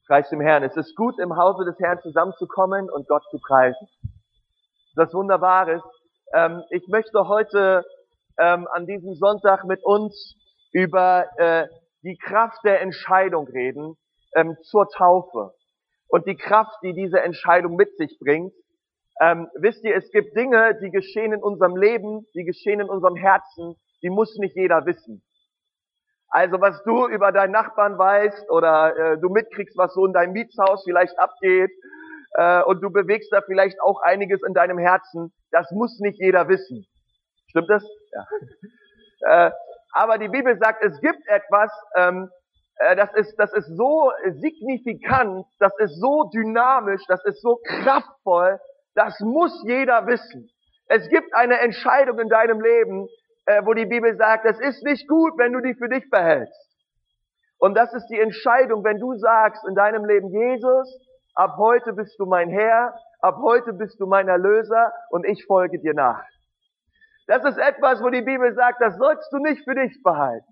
Preis dem Herrn. Es ist gut, im Hause des Herrn zusammenzukommen und Gott zu preisen. Das Wunderbare ist, ich möchte heute an diesem Sonntag mit uns über die Kraft der Entscheidung reden zur Taufe und die Kraft, die diese Entscheidung mit sich bringt. Wisst ihr, es gibt Dinge, die geschehen in unserem Leben, die geschehen in unserem Herzen, die muss nicht jeder wissen. Also was du über deinen Nachbarn weißt oder du mitkriegst, was so in deinem Mietshaus vielleicht abgeht und du bewegst da vielleicht auch einiges in deinem Herzen, das muss nicht jeder wissen. Stimmt das? Ja. Aber die Bibel sagt, es gibt etwas, das ist so signifikant, das ist so dynamisch, das ist so kraftvoll, das muss jeder wissen. Es gibt eine Entscheidung in deinem Leben, wo die Bibel sagt, es ist nicht gut, wenn du die für dich behältst. Und das ist die Entscheidung, wenn du sagst in deinem Leben, Jesus, ab heute bist du mein Herr, ab heute bist du mein Erlöser und ich folge dir nach. Das ist etwas, wo die Bibel sagt, das sollst du nicht für dich behalten.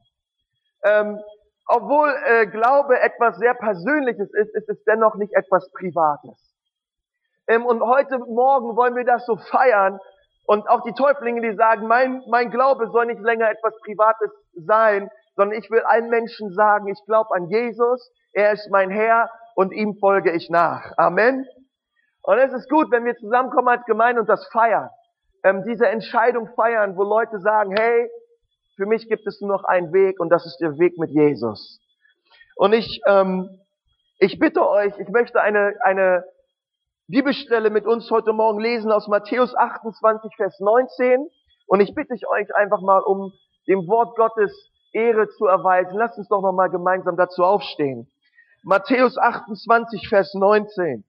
Obwohl Glaube etwas sehr Persönliches ist es dennoch nicht etwas Privates. Und heute Morgen wollen wir das so feiern. Und auch die Täuflinge, die sagen, mein Glaube soll nicht länger etwas Privates sein, sondern ich will allen Menschen sagen, ich glaube an Jesus, er ist mein Herr und ihm folge ich nach. Amen. Und es ist gut, wenn wir zusammenkommen als Gemeinde und das feiern. Diese Entscheidung feiern, wo Leute sagen, hey, für mich gibt es nur noch einen Weg und das ist der Weg mit Jesus. Und ich bitte euch, ich möchte eine Bibelstelle mit uns heute Morgen lesen aus Matthäus 28, Vers 19. Und ich bitte euch einfach mal, um dem Wort Gottes Ehre zu erweisen. Lasst uns doch noch mal gemeinsam dazu aufstehen. Matthäus 28, Vers 19.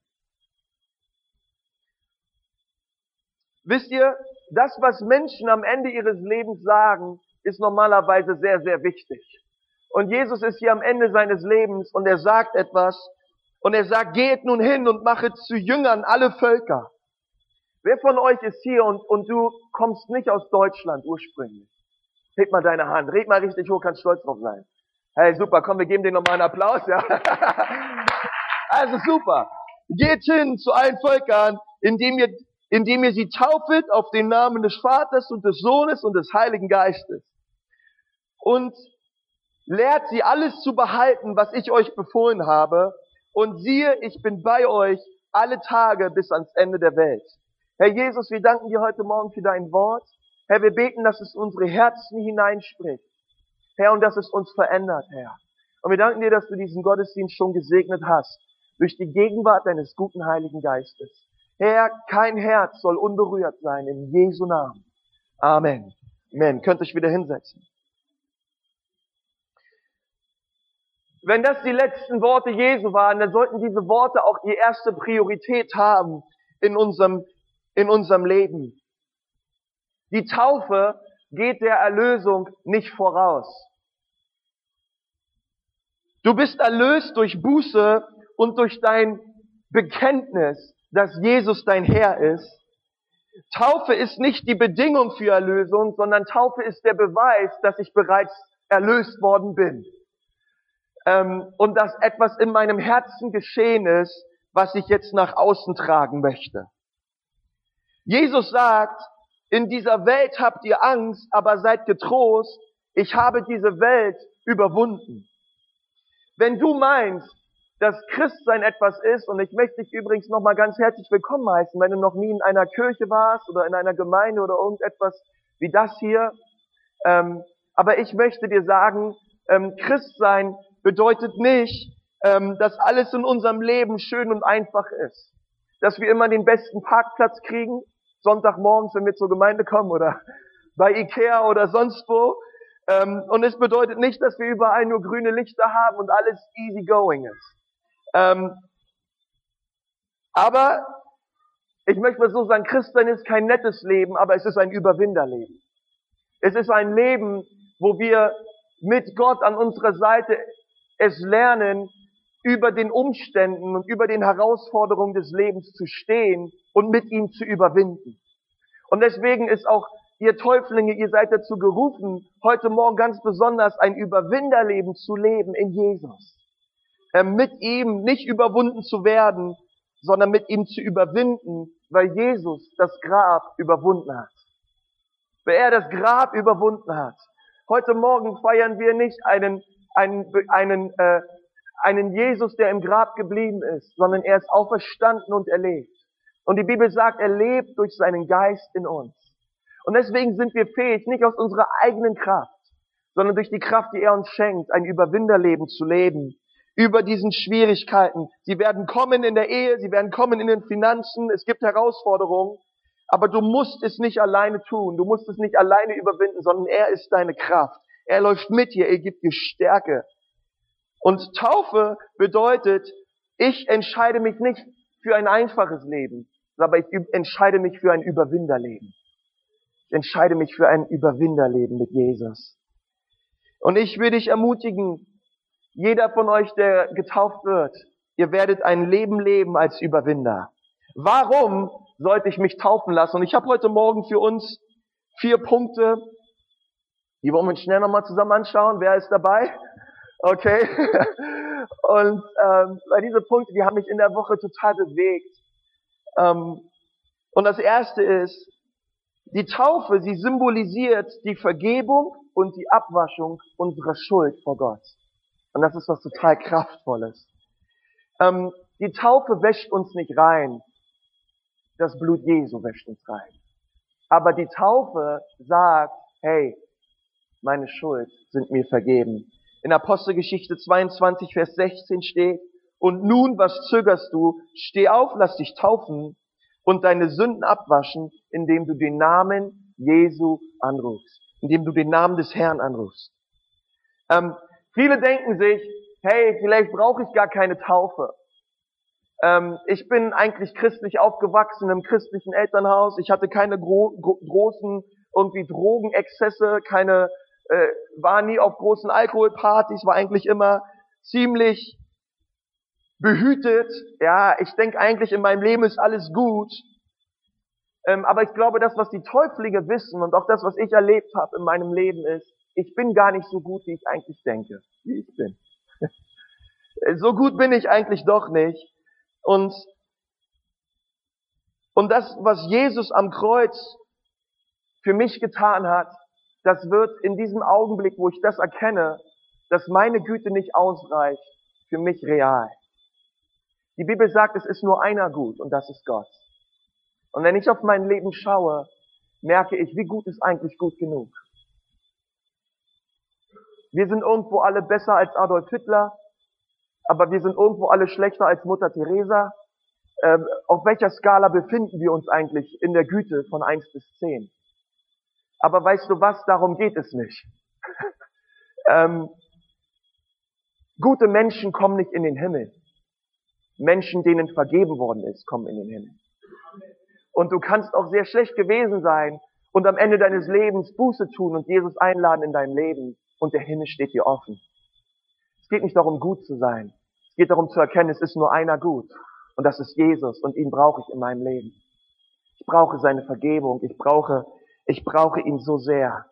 Wisst ihr, das, was Menschen am Ende ihres Lebens sagen, ist normalerweise sehr, sehr wichtig. Und Jesus ist hier am Ende seines Lebens und er sagt etwas, und er sagt, geht nun hin und machet zu Jüngern alle Völker. Wer von euch ist hier und du kommst nicht aus Deutschland ursprünglich? Heb mal deine Hand, red mal richtig hoch, kannst stolz drauf sein. Hey, super, komm, wir geben dir nochmal einen Applaus, ja. Also super. Geht hin zu allen Völkern, indem ihr sie taufet auf den Namen des Vaters und des Sohnes und des Heiligen Geistes. Und lehrt sie alles zu behalten, was ich euch befohlen habe. Und siehe, ich bin bei euch alle Tage bis ans Ende der Welt. Herr Jesus, wir danken dir heute Morgen für dein Wort. Herr, wir beten, dass es unsere Herzen hineinspricht. Herr, und dass es uns verändert, Herr. Und wir danken dir, dass du diesen Gottesdienst schon gesegnet hast. Durch die Gegenwart deines guten Heiligen Geistes. Herr, kein Herz soll unberührt sein. In Jesu Namen. Amen. Amen. Könnt euch wieder hinsetzen. Wenn das die letzten Worte Jesu waren, dann sollten diese Worte auch die erste Priorität haben in unserem Leben. Die Taufe geht der Erlösung nicht voraus. Du bist erlöst durch Buße und durch dein Bekenntnis, dass Jesus dein Herr ist. Taufe ist nicht die Bedingung für Erlösung, sondern Taufe ist der Beweis, dass ich bereits erlöst worden bin. Und dass etwas in meinem Herzen geschehen ist, was ich jetzt nach außen tragen möchte. Jesus sagt, in dieser Welt habt ihr Angst, aber seid getrost, ich habe diese Welt überwunden. Wenn du meinst, dass Christsein etwas ist, und ich möchte dich übrigens nochmal ganz herzlich willkommen heißen, wenn du noch nie in einer Kirche warst oder in einer Gemeinde oder irgendetwas wie das hier, aber ich möchte dir sagen, Christsein bedeutet nicht, dass alles in unserem Leben schön und einfach ist. Dass wir immer den besten Parkplatz kriegen, Sonntagmorgens, wenn wir zur Gemeinde kommen oder bei Ikea oder sonst wo. Und es bedeutet nicht, dass wir überall nur grüne Lichter haben und alles easy going ist. Aber ich möchte mal so sagen, Christsein ist kein nettes Leben, aber es ist ein Überwinderleben. Es ist ein Leben, wo wir mit Gott an unserer Seite es lernen, über den Umständen und über den Herausforderungen des Lebens zu stehen und mit ihm zu überwinden. Und deswegen ist auch ihr Täuflinge, ihr seid dazu gerufen, heute Morgen ganz besonders ein Überwinderleben zu leben in Jesus. mit ihm nicht überwunden zu werden, sondern mit ihm zu überwinden, weil Jesus das Grab überwunden hat. Weil er das Grab überwunden hat. Heute Morgen feiern wir nicht einen Jesus, der im Grab geblieben ist, sondern er ist auferstanden und er lebt. Und die Bibel sagt, er lebt durch seinen Geist in uns. Und deswegen sind wir fähig, nicht aus unserer eigenen Kraft, sondern durch die Kraft, die er uns schenkt, ein Überwinderleben zu leben. Über diesen Schwierigkeiten. Sie werden kommen in der Ehe, sie werden kommen in den Finanzen, es gibt Herausforderungen. Aber du musst es nicht alleine tun, du musst es nicht alleine überwinden, sondern er ist deine Kraft. Er läuft mit dir, er gibt dir Stärke. Und Taufe bedeutet, ich entscheide mich nicht für ein einfaches Leben, aber ich entscheide mich für ein Überwinderleben. Ich entscheide mich für ein Überwinderleben mit Jesus. Und ich will dich ermutigen, jeder von euch, der getauft wird, ihr werdet ein Leben leben als Überwinder. Warum sollte ich mich taufen lassen? Und ich habe heute Morgen für uns 4 Punkte, die wollen wir uns schnell nochmal zusammen anschauen. Wer ist dabei? Okay. Und weil diese Punkte, die haben mich in der Woche total bewegt. Und das erste ist, die Taufe, sie symbolisiert die Vergebung und die Abwaschung unserer Schuld vor Gott. Und das ist was total Kraftvolles. Die Taufe wäscht uns nicht rein. Das Blut Jesu wäscht uns rein. Aber die Taufe sagt, hey, meine Schuld sind mir vergeben. In Apostelgeschichte 22, Vers 16 steht, und nun, was zögerst du? Steh auf, lass dich taufen und deine Sünden abwaschen, indem du den Namen Jesu anrufst. Indem du den Namen des Herrn anrufst. Viele denken sich, hey, vielleicht brauche ich gar keine Taufe. Ich bin eigentlich christlich aufgewachsen im christlichen Elternhaus. Ich hatte keine großen irgendwie Drogenexzesse, war nie auf großen Alkoholpartys, war eigentlich immer ziemlich behütet. Ja, ich denke eigentlich in meinem Leben ist alles gut. Aber ich glaube, das, was die Täuflinge wissen und auch das, was ich erlebt habe in meinem Leben ist, ich bin gar nicht so gut, wie ich eigentlich denke, wie ich bin. So gut bin ich eigentlich doch nicht. Und das, was Jesus am Kreuz für mich getan hat, das wird in diesem Augenblick, wo ich das erkenne, dass meine Güte nicht ausreicht, für mich real. Die Bibel sagt, es ist nur einer gut und das ist Gott. Und wenn ich auf mein Leben schaue, merke ich, wie gut ist eigentlich gut genug. Wir sind irgendwo alle besser als Adolf Hitler, aber wir sind irgendwo alle schlechter als Mutter Teresa. Auf welcher Skala befinden wir uns eigentlich in der Güte von 1 bis 10? Aber weißt du was, darum geht es nicht. Gute Menschen kommen nicht in den Himmel. Menschen, denen vergeben worden ist, kommen in den Himmel. Und du kannst auch sehr schlecht gewesen sein und am Ende deines Lebens Buße tun und Jesus einladen in dein Leben und der Himmel steht dir offen. Es geht nicht darum, gut zu sein. Es geht darum zu erkennen, es ist nur einer gut. Und das ist Jesus und ihn brauche ich in meinem Leben. Ich brauche seine Vergebung. Ich brauche ihn so sehr.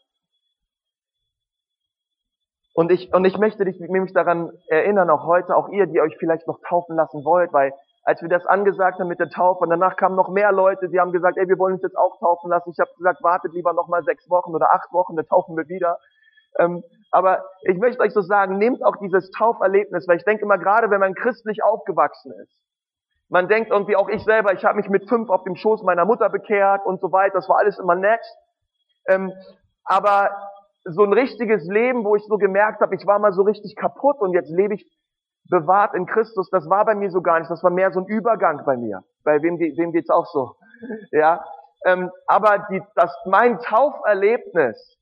Und ich möchte dich nämlich daran erinnern, auch heute, auch ihr, die euch vielleicht noch taufen lassen wollt, weil als wir das angesagt haben mit der Taufe und danach kamen noch mehr Leute, die haben gesagt, ey, wir wollen uns jetzt auch taufen lassen. Ich habe gesagt, wartet lieber noch mal 6 Wochen oder 8 Wochen, dann taufen wir wieder. Aber ich möchte euch so sagen, nehmt auch dieses Tauferlebnis, weil ich denke immer, gerade wenn man christlich aufgewachsen ist, man denkt irgendwie, auch ich selber, ich habe mich mit 5 auf dem Schoß meiner Mutter bekehrt und so weiter, das war alles immer nett. Aber so ein richtiges Leben, wo ich so gemerkt habe, ich war mal so richtig kaputt und jetzt lebe ich bewahrt in Christus, das war bei mir so gar nicht, das war mehr so ein Übergang bei mir. Bei wem geht's auch so? Ja. Aber mein Tauferlebnis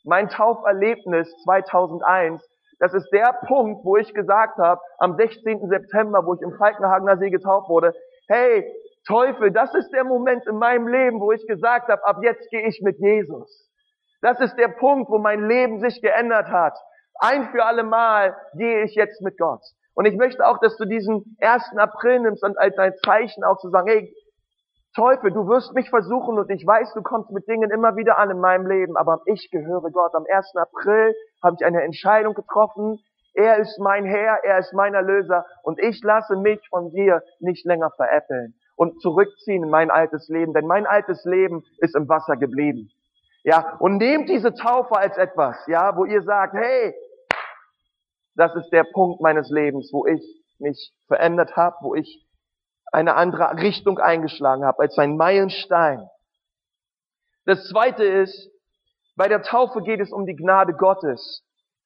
2001, das ist der Punkt, wo ich gesagt habe, am 16. September, wo ich im Falkenhagener See getauft wurde, hey, Teufel, das ist der Moment in meinem Leben, wo ich gesagt habe, ab jetzt gehe ich mit Jesus. Das ist der Punkt, wo mein Leben sich geändert hat. Ein für alle Mal gehe ich jetzt mit Gott. Und ich möchte auch, dass du diesen 1. April nimmst und als ein Zeichen auch zu sagen, hey, Teufel, du wirst mich versuchen und ich weiß, du kommst mit Dingen immer wieder an in meinem Leben, aber ich gehöre Gott. Am 1. April habe ich eine Entscheidung getroffen. Er ist mein Herr, er ist mein Erlöser und ich lasse mich von dir nicht länger veräppeln und zurückziehen in mein altes Leben, denn mein altes Leben ist im Wasser geblieben. Ja, und nehmt diese Taufe als etwas, ja, wo ihr sagt, hey, das ist der Punkt meines Lebens, wo ich mich verändert habe, wo ich eine andere Richtung eingeschlagen habe, als ein Meilenstein. Das Zweite ist, bei der Taufe geht es um die Gnade Gottes.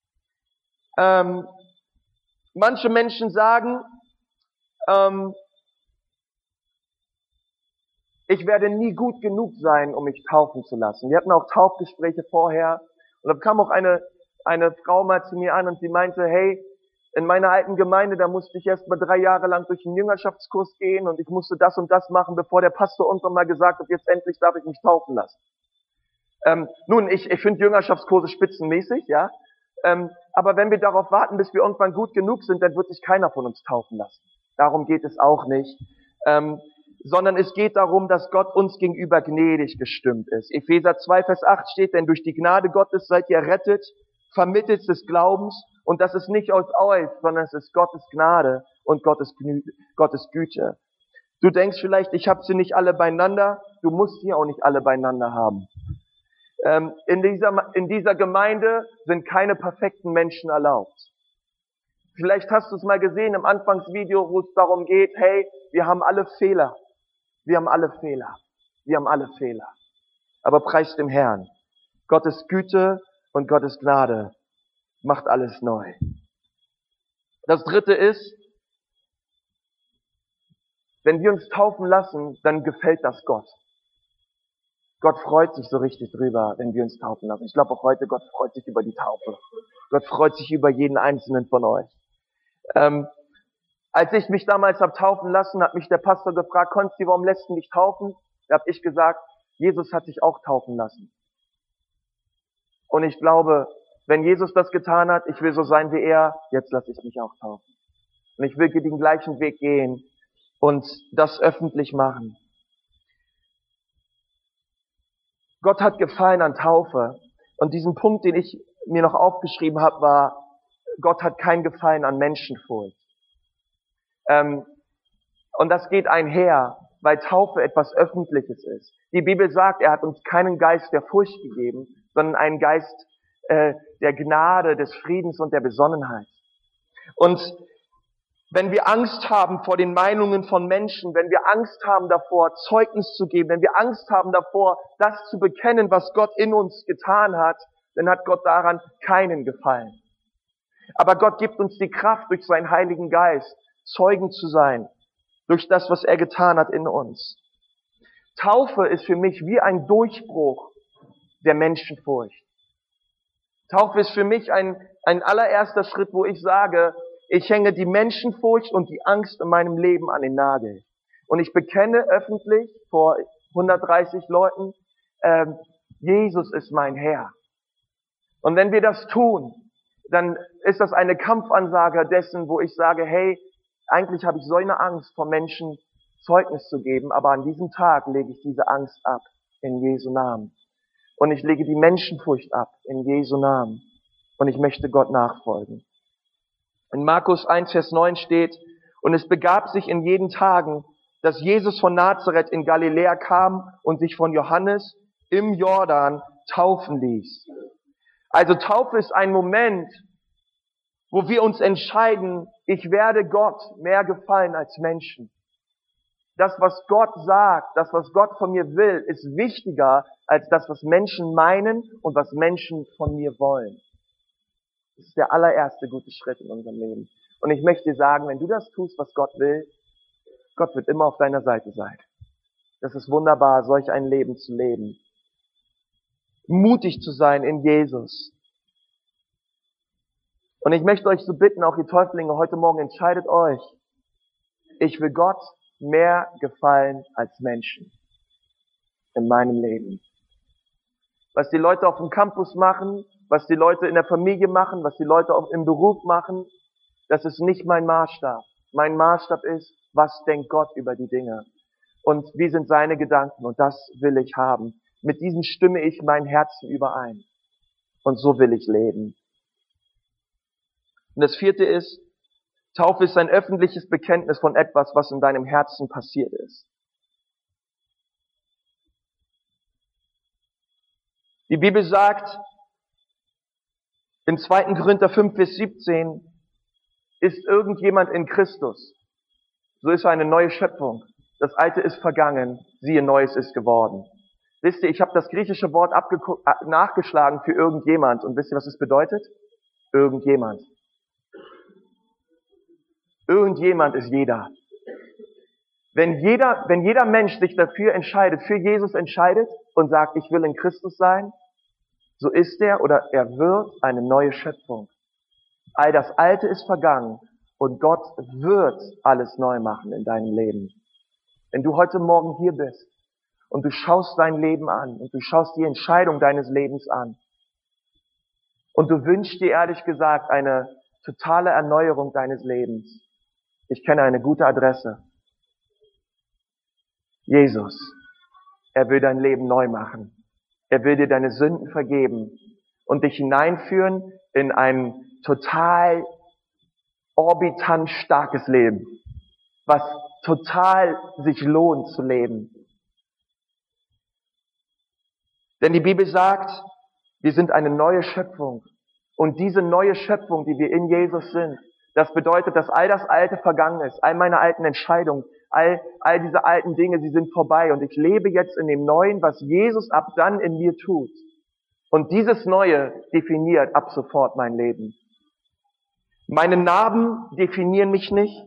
Manche Menschen sagen, ich werde nie gut genug sein, um mich taufen zu lassen. Wir hatten auch Taufgespräche vorher und da kam auch eine Frau mal zu mir an und sie meinte, hey, in meiner alten Gemeinde, da musste ich erst mal 3 Jahre lang durch einen Jüngerschaftskurs gehen und ich musste das und das machen, bevor der Pastor uns mal gesagt hat, jetzt endlich darf ich mich taufen lassen. Nun, ich finde Jüngerschaftskurse spitzenmäßig, ja. Aber wenn wir darauf warten, bis wir irgendwann gut genug sind, dann wird sich keiner von uns taufen lassen. Darum geht es auch nicht. Sondern es geht darum, dass Gott uns gegenüber gnädig gestimmt ist. Epheser 2, Vers 8 steht, denn durch die Gnade Gottes seid ihr errettet, vermittels des Glaubens, und das ist nicht aus euch, sondern es ist Gottes Gnade und Gottes Güte. Du denkst vielleicht, ich habe sie nicht alle beieinander, du musst sie auch nicht alle beieinander haben. In dieser Gemeinde sind keine perfekten Menschen erlaubt. Vielleicht hast du es mal gesehen im Anfangsvideo, wo es darum geht, hey, wir haben alle Fehler. Wir haben alle Fehler. Wir haben alle Fehler. Aber preis dem Herrn. Gottes Güte und Gottes Gnade macht alles neu. Das Dritte ist, wenn wir uns taufen lassen, dann gefällt das Gott. Gott freut sich so richtig drüber, wenn wir uns taufen lassen. Ich glaube auch heute, Gott freut sich über die Taufe. Gott freut sich über jeden einzelnen von euch. Als ich mich damals habe taufen lassen, hat mich der Pastor gefragt, Konsti, warum lässt du dich taufen? Da habe ich gesagt, Jesus hat sich auch taufen lassen. Und ich glaube, wenn Jesus das getan hat, ich will so sein wie er, jetzt lasse ich mich auch taufen. Und ich will den gleichen Weg gehen und das öffentlich machen. Gott hat Gefallen an Taufe. Und diesen Punkt, den ich mir noch aufgeschrieben habe, war, Gott hat kein Gefallen an Menschenfurcht. Und das geht einher, weil Taufe etwas Öffentliches ist. Die Bibel sagt, er hat uns keinen Geist der Furcht gegeben, sondern einen Geist der Gnade, des Friedens und der Besonnenheit. Und wenn wir Angst haben vor den Meinungen von Menschen, wenn wir Angst haben davor, Zeugnis zu geben, wenn wir Angst haben davor, das zu bekennen, was Gott in uns getan hat, dann hat Gott daran keinen Gefallen. Aber Gott gibt uns die Kraft, durch seinen Heiligen Geist Zeugen zu sein, durch das, was er getan hat in uns. Taufe ist für mich wie ein Durchbruch der Menschenfurcht. Taufe ist für mich ein allererster Schritt, wo ich sage, ich hänge die Menschenfurcht und die Angst in meinem Leben an den Nagel. Und ich bekenne öffentlich vor 130 Leuten, Jesus ist mein Herr. Und wenn wir das tun, dann ist das eine Kampfansage dessen, wo ich sage, hey, eigentlich habe ich so eine Angst vor Menschen Zeugnis zu geben, aber an diesem Tag lege ich diese Angst ab, in Jesu Namen. Und ich lege die Menschenfurcht ab, in Jesu Namen. Und ich möchte Gott nachfolgen. In Markus 1, Vers 9 steht, und es begab sich in jenen Tagen, dass Jesus von Nazareth in Galiläa kam und sich von Johannes im Jordan taufen ließ. Also Taufe ist ein Moment, wo wir uns entscheiden, ich werde Gott mehr gefallen als Menschen. Das, was Gott sagt, das, was Gott von mir will, ist wichtiger als das, was Menschen meinen und was Menschen von mir wollen. Das ist der allererste gute Schritt in unserem Leben. Und ich möchte dir sagen, wenn du das tust, was Gott will, Gott wird immer auf deiner Seite sein. Das ist wunderbar, solch ein Leben zu leben. Mutig zu sein in Jesus. Und ich möchte euch so bitten, auch ihr Täuflinge, heute Morgen entscheidet euch. Ich will Gott mehr gefallen als Menschen in meinem Leben. Was die Leute auf dem Campus machen, was die Leute in der Familie machen, was die Leute auch im Beruf machen, das ist nicht mein Maßstab. Mein Maßstab ist, was denkt Gott über die Dinge? Und wie sind seine Gedanken? Und das will ich haben. Mit diesem stimme ich mein Herzen überein. Und so will ich leben. Und das vierte ist, Taufe ist ein öffentliches Bekenntnis von etwas, was in deinem Herzen passiert ist. Die Bibel sagt in 2. Korinther 5, Vers 17, ist irgendjemand in Christus, so ist er eine neue Schöpfung. Das Alte ist vergangen, siehe, Neues ist geworden. Wisst ihr, ich habe das griechische Wort nachgeschlagen für irgendjemand. Und wisst ihr, was es bedeutet? Irgendjemand. Irgendjemand ist jeder. Wenn jeder Mensch sich dafür entscheidet, für Jesus entscheidet und sagt, ich will in Christus sein, so ist er oder er wird eine neue Schöpfung. All das Alte ist vergangen und Gott wird alles neu machen in deinem Leben. Wenn du heute Morgen hier bist und du schaust dein Leben an und du schaust die Entscheidung deines Lebens an und du wünschst dir ehrlich gesagt eine totale Erneuerung deines Lebens, ich kenne eine gute Adresse. Jesus, er will dein Leben neu machen. Er will dir deine Sünden vergeben und dich hineinführen in ein total orbitant starkes Leben, was total sich lohnt zu leben. Denn die Bibel sagt, wir sind eine neue Schöpfung. Und diese neue Schöpfung, die wir in Jesus sind, das bedeutet, dass all das Alte vergangen ist, all meine alten Entscheidungen, all diese alten Dinge, sie sind vorbei. Und ich lebe jetzt in dem Neuen, was Jesus ab dann in mir tut. Und dieses Neue definiert ab sofort mein Leben. Meine Narben definieren mich nicht.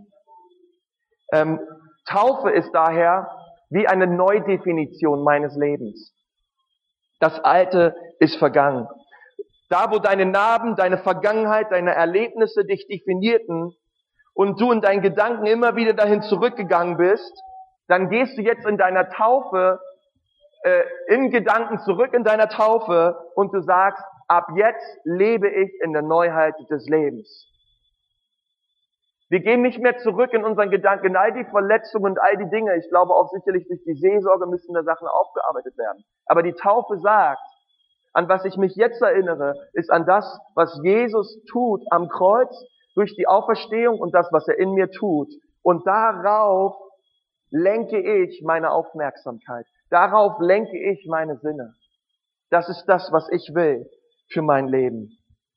Taufe ist daher wie eine Neudefinition meines Lebens. Das Alte ist vergangen. Da, wo deine Narben, deine Vergangenheit, deine Erlebnisse dich definierten und du in deinen Gedanken immer wieder dahin zurückgegangen bist, dann gehst du jetzt in deiner Taufe, in Gedanken zurück in deiner Taufe und du sagst, ab jetzt lebe ich in der Neuheit des Lebens. Wir gehen nicht mehr zurück in unseren Gedanken, all die Verletzungen und all die Dinge. Ich glaube auch sicherlich durch die Seelsorge müssen da Sachen aufgearbeitet werden. Aber die Taufe sagt, an was ich mich jetzt erinnere, ist an das, was Jesus tut am Kreuz durch die Auferstehung und das, was er in mir tut. Und darauf lenke ich meine Aufmerksamkeit. Darauf lenke ich meine Sinne. Das ist das, was ich will für mein Leben.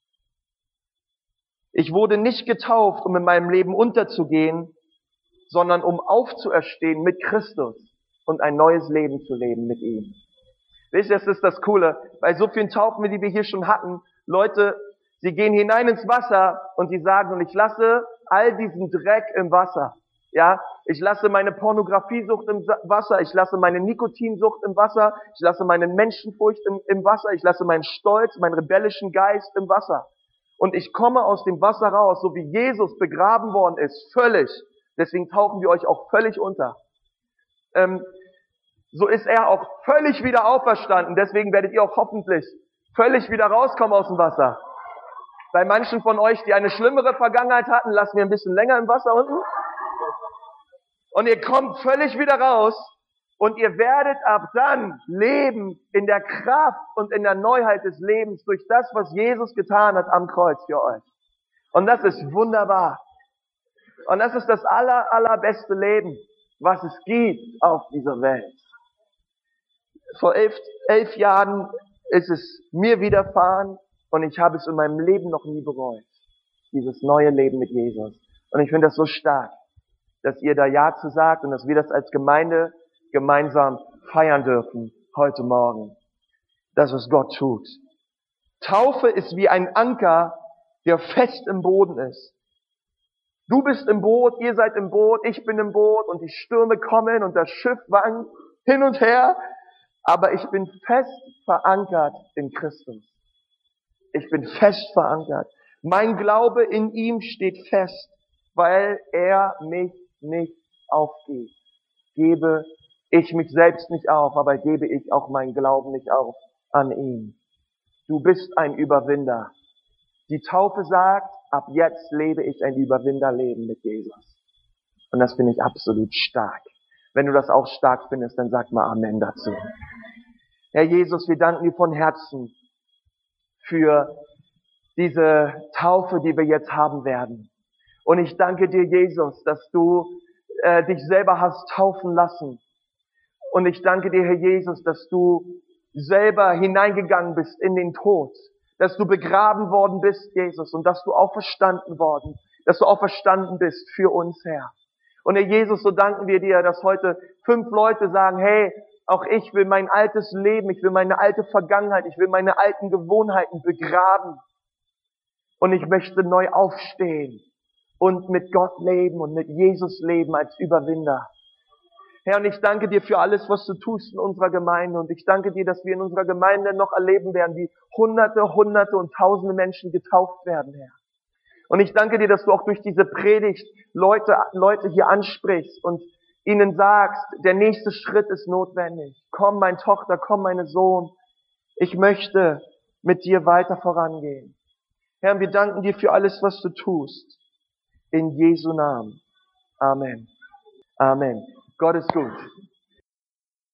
Ich wurde nicht getauft, um in meinem Leben unterzugehen, sondern um aufzuerstehen mit Christus und ein neues Leben zu leben mit ihm. Wisst ihr, das ist das Coole. Bei so vielen Taufen, die wir hier schon hatten, Leute, sie gehen hinein ins Wasser und die sagen, und ich lasse all diesen Dreck im Wasser. Ja, ich lasse meine Pornografiesucht im Wasser, ich lasse meine Nikotinsucht im Wasser, ich lasse meine Menschenfurcht im Wasser, ich lasse meinen Stolz, meinen rebellischen Geist im Wasser. Und ich komme aus dem Wasser raus, so wie Jesus begraben worden ist, völlig. Deswegen tauchen wir euch auch völlig unter. So ist er auch völlig wieder auferstanden. Deswegen werdet ihr auch hoffentlich völlig wieder rauskommen aus dem Wasser. Bei manchen von euch, die eine schlimmere Vergangenheit hatten, lassen wir ein bisschen länger im Wasser unten. Und ihr kommt völlig wieder raus. Und ihr werdet ab dann leben in der Kraft und in der Neuheit des Lebens durch das, was Jesus getan hat am Kreuz für euch. Und das ist wunderbar. Und das ist das allerbeste Leben, was es gibt auf dieser Welt. Vor 11 Jahren ist es mir widerfahren und ich habe es in meinem Leben noch nie bereut. Dieses neue Leben mit Jesus. Und ich finde das so stark, dass ihr da Ja zu sagt und dass wir das als Gemeinde gemeinsam feiern dürfen heute Morgen. Das, was Gott tut. Taufe ist wie ein Anker, der fest im Boden ist. Du bist im Boot, ihr seid im Boot, ich bin im Boot und die Stürme kommen und das Schiff wankt hin und her. Aber ich bin fest verankert in Christus. Ich bin fest verankert. Mein Glaube in ihm steht fest, weil er mich nicht aufgibt. Gebe ich mich selbst nicht auf, aber gebe ich auch meinen Glauben nicht auf an ihn. Du bist ein Überwinder. Die Taufe sagt, ab jetzt lebe ich ein Überwinderleben mit Jesus. Und das finde ich absolut stark. Wenn du das auch stark findest, dann sag mal Amen dazu. Herr Jesus, wir danken dir von Herzen für diese Taufe, die wir jetzt haben werden. Und ich danke dir, Jesus, dass du dich selber hast taufen lassen. Und ich danke dir, Herr Jesus, dass du selber hineingegangen bist in den Tod, dass du begraben worden bist, Jesus, und dass du auferstanden bist für uns, Herr. Und Herr Jesus, so danken wir dir, dass heute 5 Leute sagen, hey, auch ich will mein altes Leben, ich will meine alte Vergangenheit, ich will meine alten Gewohnheiten begraben. Und ich möchte neu aufstehen und mit Gott leben und mit Jesus leben als Überwinder. Herr, und ich danke dir für alles, was du tust in unserer Gemeinde. Und ich danke dir, dass wir in unserer Gemeinde noch erleben werden, wie Hunderte und Tausende Menschen getauft werden, Herr. Und ich danke dir, dass du auch durch diese Predigt Leute hier ansprichst und ihnen sagst, der nächste Schritt ist notwendig. Komm, meine Tochter, komm, mein Sohn. Ich möchte mit dir weiter vorangehen. Herr, wir danken dir für alles, was du tust. In Jesu Namen. Amen. Amen. Gott ist gut.